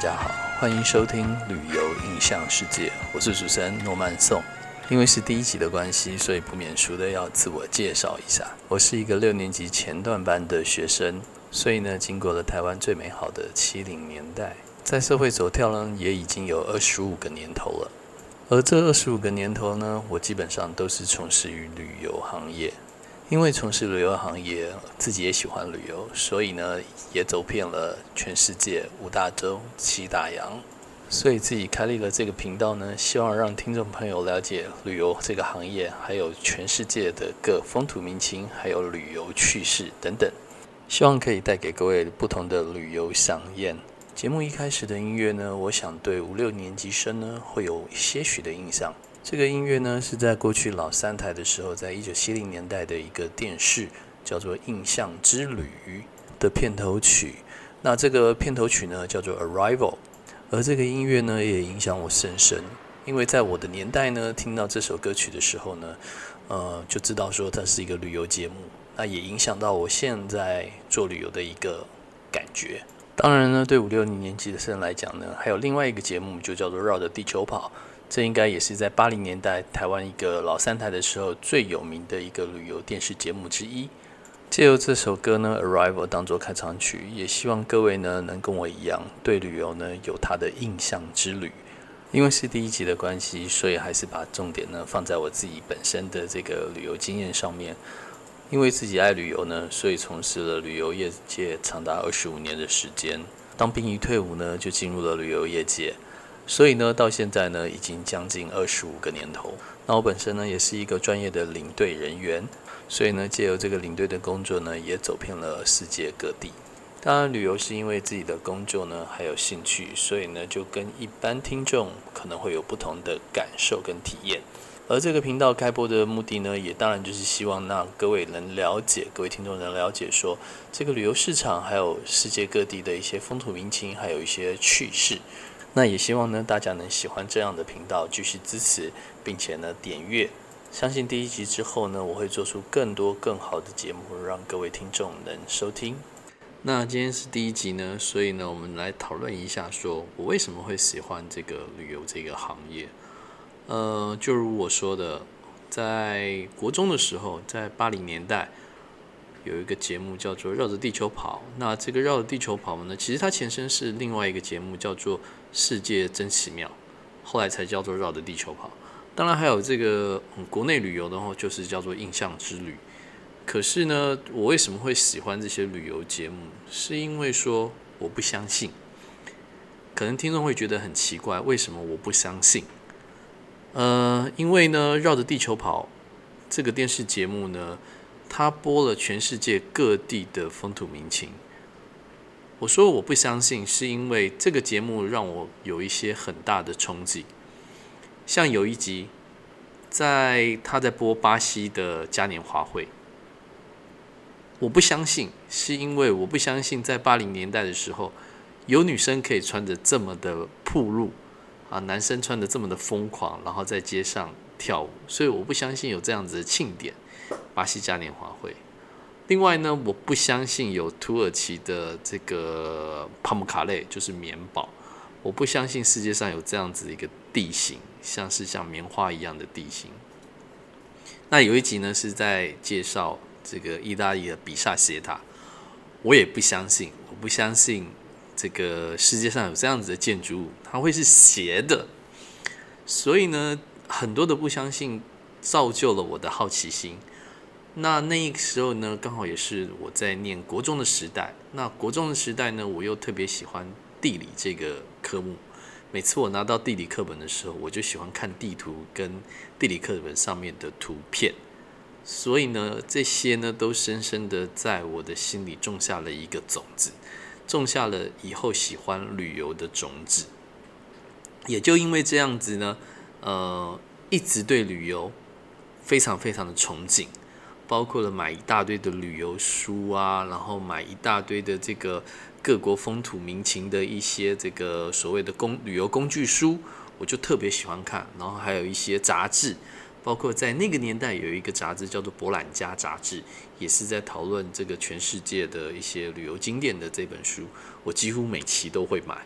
家好，欢迎收听旅游印象世界，我是主持人诺曼颂。因为是第一集的关系，所以不免俗的要自我介绍一下。我是一个6年级前段班的学生，所以呢，经过了台湾最美好的70年代，在社会走跳呢，也已经有25个年头了。而这25个年头呢，我基本上都是从事于旅游行业。因为从事旅游行业，自己也喜欢旅游，所以呢，也走遍了全世界5大洲7大洋。所以自己开立了这个频道呢，希望让听众朋友了解旅游这个行业，还有全世界的各风土民情，还有旅游趣事等等，希望可以带给各位不同的旅游飨宴。节目一开始的音乐呢，我想对5、6年级生呢会有些许的印象。这个音乐呢是在过去老3台的时候，在1970年代的一个电视叫做《印象之旅》的片头曲。那这个片头曲呢叫做 Arrival， 而这个音乐呢也影响我甚深，因为在我的年代呢，听到这首歌曲的时候呢，就知道说它是一个旅游节目，那也影响到我现在做旅游的一个感觉。当然呢，对5、6年级的生来讲呢，还有另外一个节目就叫做《绕着地球跑》。这应该也是在80年代台湾一个老3台的时候最有名的一个旅游电视节目之一。借由这首歌呢 Arrival 当作开场曲，也希望各位呢能跟我一样对旅游呢有它的印象之旅。因为是第一集的关系，所以还是把重点呢放在我自己本身的这个旅游经验上面。因为自己爱旅游呢，所以从事了旅游业界长达25年的时间。当兵一退伍呢，就进入了旅游业界。所以呢，到现在呢，已经将近25个年头。那我本身呢，也是一个专业的领队人员，所以呢，借由这个领队的工作呢，也走遍了世界各地。当然，旅游是因为自己的工作呢，还有兴趣，所以呢，就跟一般听众可能会有不同的感受跟体验。而这个频道开播的目的呢，也当然就是希望让各位能了解，各位听众能了解说，这个旅游市场还有世界各地的一些风土民情，还有一些趣事。那也希望呢，大家能喜欢这样的频道，继续支持，并且呢点阅。相信第1集之后呢，我会做出更多更好的节目，让各位听众能收听。那今天是第1集呢，所以呢，我们来讨论一下，说我为什么会喜欢这个旅游这个行业。就如我说的，在国中的时候，在80年代。有一个节目叫做《绕着地球跑》，那这个《绕着地球跑》呢，其实它前身是另外一个节目叫做《世界真奇妙》，后来才叫做《绕着地球跑》。当然还有这个国内旅游的话，就是叫做《印象之旅》。可是呢，我为什么会喜欢这些旅游节目？是因为说我不相信。可能听众会觉得很奇怪，为什么我不相信？因为呢，《绕着地球跑》这个电视节目呢，它播了全世界各地的风土民情。我说我不相信，是因为这个节目让我有一些很大的冲击。像有一集，他在播巴西的嘉年华会，我不相信，是因为我不相信在80年代的时候，有女生可以穿着这么的暴露啊，男生穿着这么的疯狂，然后在街上跳舞，所以我不相信有这样子的庆典。巴西嘉年华会。另外呢，我不相信有土耳其的这个帕姆卡类，就是棉堡。我不相信世界上有这样子一个地形，像棉花一样的地形。那有一集呢，是在介绍这个意大利的比萨斜塔，我也不相信，我不相信这个世界上有这样子的建筑物，它会是斜的。所以呢，很多的不相信造就了我的好奇心。那个时候呢，刚好也是我在念国中的时代。那国中的时代呢，我又特别喜欢地理这个科目。每次我拿到地理课本的时候，我就喜欢看地图跟地理课本上面的图片。所以呢，这些呢都深深的在我的心里种下了一个种子，种下了以后喜欢旅游的种子。也就因为这样子呢，一直对旅游非常非常的憧憬。包括了买一大堆的旅游书啊，然后买一大堆的这个各国风土民情的一些这个所谓的旅游工具书，我就特别喜欢看。然后还有一些杂志，包括在那个年代有一个杂志叫做《博览家》杂志，也是在讨论这个全世界的一些旅游景点的这本书，我几乎每期都会买。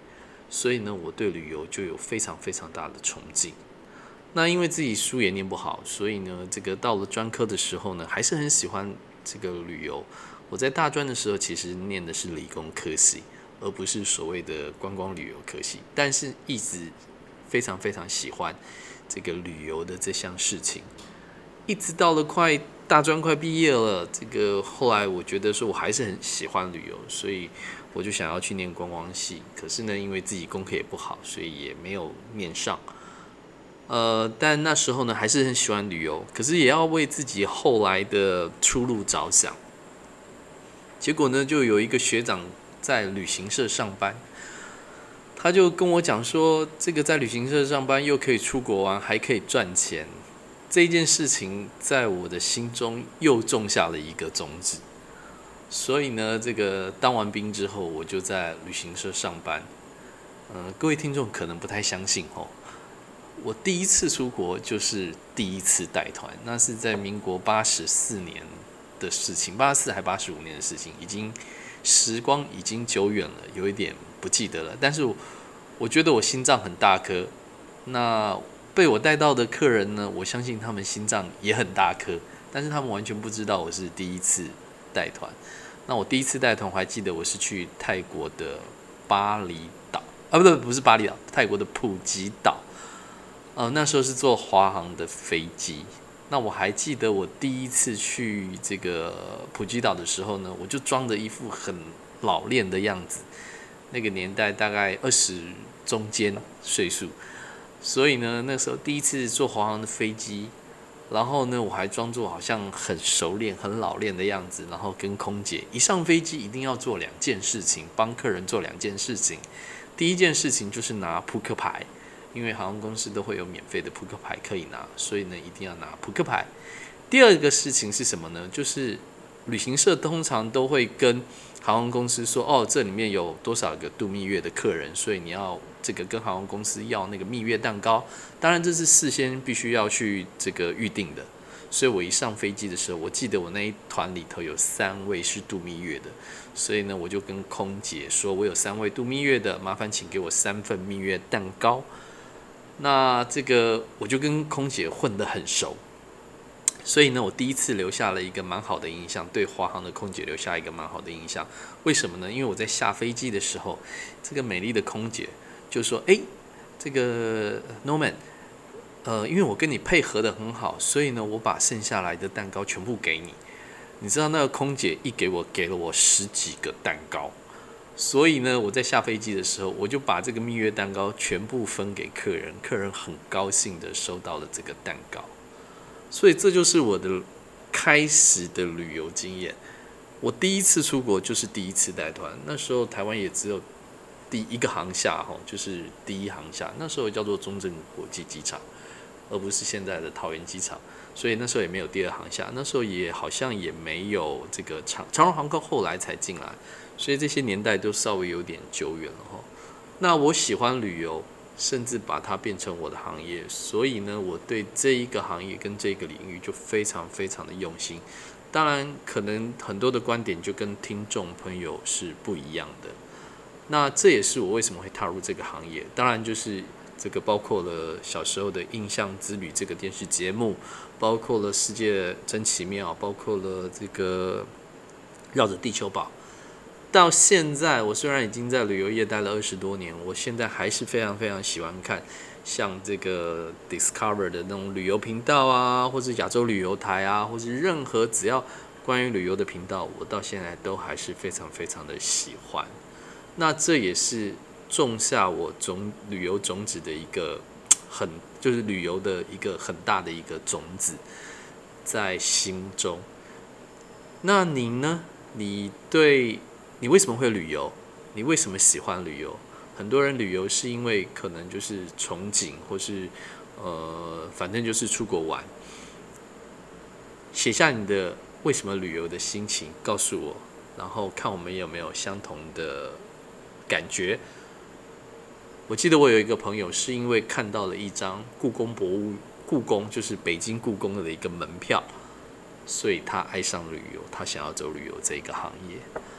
所以呢，我对旅游就有非常非常大的憧憬。那因为自己书也念不好，所以呢，这个到了专科的时候呢，还是很喜欢这个旅游。我在大专的时候，其实念的是理工科系，而不是所谓的观光旅游科系，但是一直非常非常喜欢这个旅游的这项事情。一直到了大专快毕业了，这个后来我觉得说我还是很喜欢旅游，所以我就想要去念观光系。可是呢，因为自己功课也不好，所以也没有念上。但那时候呢，还是很喜欢旅游，可是也要为自己后来的出路着想。结果呢，就有一个学长在旅行社上班，他就跟我讲说，这个在旅行社上班又可以出国玩，还可以赚钱。这件事情在我的心中又种下了一个种子，所以呢，这个当完兵之后，我就在旅行社上班。各位听众可能不太相信哦，我第一次出国就是第一次带团，那是在民国84年的事情，84还85年的事情，时光已经久远了，有一点不记得了。但是我觉得我心脏很大颗，那被我带到的客人呢，我相信他们心脏也很大颗，但是他们完全不知道我是第一次带团。那我第一次带团，我还记得我是去泰国的巴厘岛不是巴厘岛，泰国的普吉岛。那时候是坐华航的飞机。那我还记得我第一次去这个普吉岛的时候呢，我就装着一副很老练的样子。那个年代大概20中间岁数。所以呢，那时候第一次坐华航的飞机，然后呢，我还装作好像很熟练、很老练的样子，然后跟空姐一上飞机一定要做2件事情，帮客人做2件事情。第一件事情就是拿扑克牌，因为航空公司都会有免费的扑克牌可以拿，所以呢，一定要拿扑克牌。第二个事情是什么呢？就是旅行社通常都会跟航空公司说，这里面有多少个度蜜月的客人，所以你要这个跟航空公司要那个蜜月蛋糕。当然这是事先必须要去这个预定的。所以我一上飞机的时候，我记得我那一团里头有3位是度蜜月的，所以呢，我就跟空姐说，我有3位度蜜月的，麻烦请给我3份蜜月蛋糕。那这个我就跟空姐混得很熟。所以呢，我第一次留下了一个蛮好的印象，对华航的空姐留下一个蛮好的印象。为什么呢？因为我在下飞机的时候，这个美丽的空姐就说：“这个 Norman，因为我跟你配合得很好，所以呢，我把剩下来的蛋糕全部给你。你知道那个空姐给了我10几个蛋糕，所以呢，我在下飞机的时候，我就把这个蜜月蛋糕全部分给客人，客人很高兴的收到了这个蛋糕。所以这就是我的开始的旅游经验。我第一次出国就是第一次带团，那时候台湾也只有第一个航厦，就是第一航厦，那时候叫做中正国际机场，而不是现在的桃园机场，所以那时候也没有第2航厦，那时候也好像也没有这个长荣航空后来才进来，所以这些年代都稍微有点久远了。那我喜欢旅游，甚至把它变成我的行业，所以呢，我对这一个行业跟这个领域就非常非常的用心。当然，可能很多的观点就跟听众朋友是不一样的。那这也是我为什么会踏入这个行业。当然，就是这个包括了小时候的《印象之旅》这个电视节目，包括了《世界真奇妙》，包括了这个绕着地球跑。到现在，我虽然已经在旅游业待了20多年，我现在还是非常非常喜欢看像这个 Discover 的那种旅游频道啊，或是亚洲旅游台啊，或是任何只要关于旅游的频道，我到现在都还是非常非常的喜欢。那这也是种下我旅游种子的一个就是旅游的一个很大的一个种子在心中。那你呢？你为什么会旅游？你为什么喜欢旅游？很多人旅游是因为可能就是憧憬，或是反正就是出国玩。写下你的为什么旅游的心情，告诉我，然后看我们有没有相同的感觉。我记得我有一个朋友是因为看到了一张故宫就是北京故宫的一个门票，所以他爱上旅游，他想要走旅游这个行业。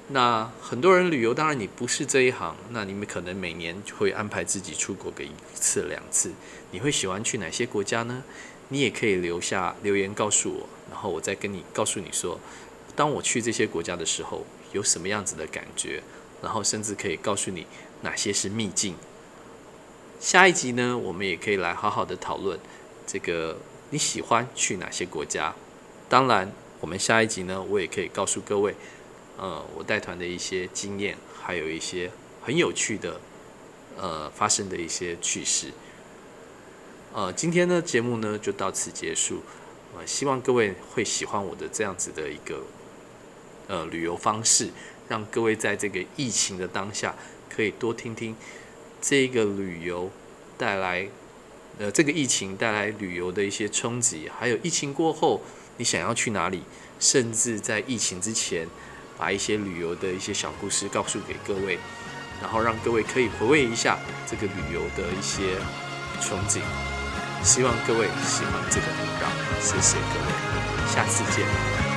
那很多人旅游，当然你不是这一行，那你们可能每年就会安排自己出国个1次2次。你会喜欢去哪些国家呢？你也可以留言告诉我，然后我再告诉你说，当我去这些国家的时候有什么样子的感觉，然后甚至可以告诉你哪些是秘境。下一集呢，我们也可以来好好的讨论这个你喜欢去哪些国家。当然，我们下一集呢，我也可以告诉各位，我带团的一些经验，还有一些很有趣的发生的一些趣事。今天的节目呢就到此结束。希望各位会喜欢我的这样子的一个旅游方式，让各位在这个疫情的当下，可以多听听这个旅游带来这个疫情带来旅游的一些冲击，还有疫情过后你想要去哪里，甚至在疫情之前，把一些旅游的一些小故事告诉给各位，然后让各位可以回味一下这个旅游的一些憧憬。希望各位喜欢这个频道，谢谢各位，下次见。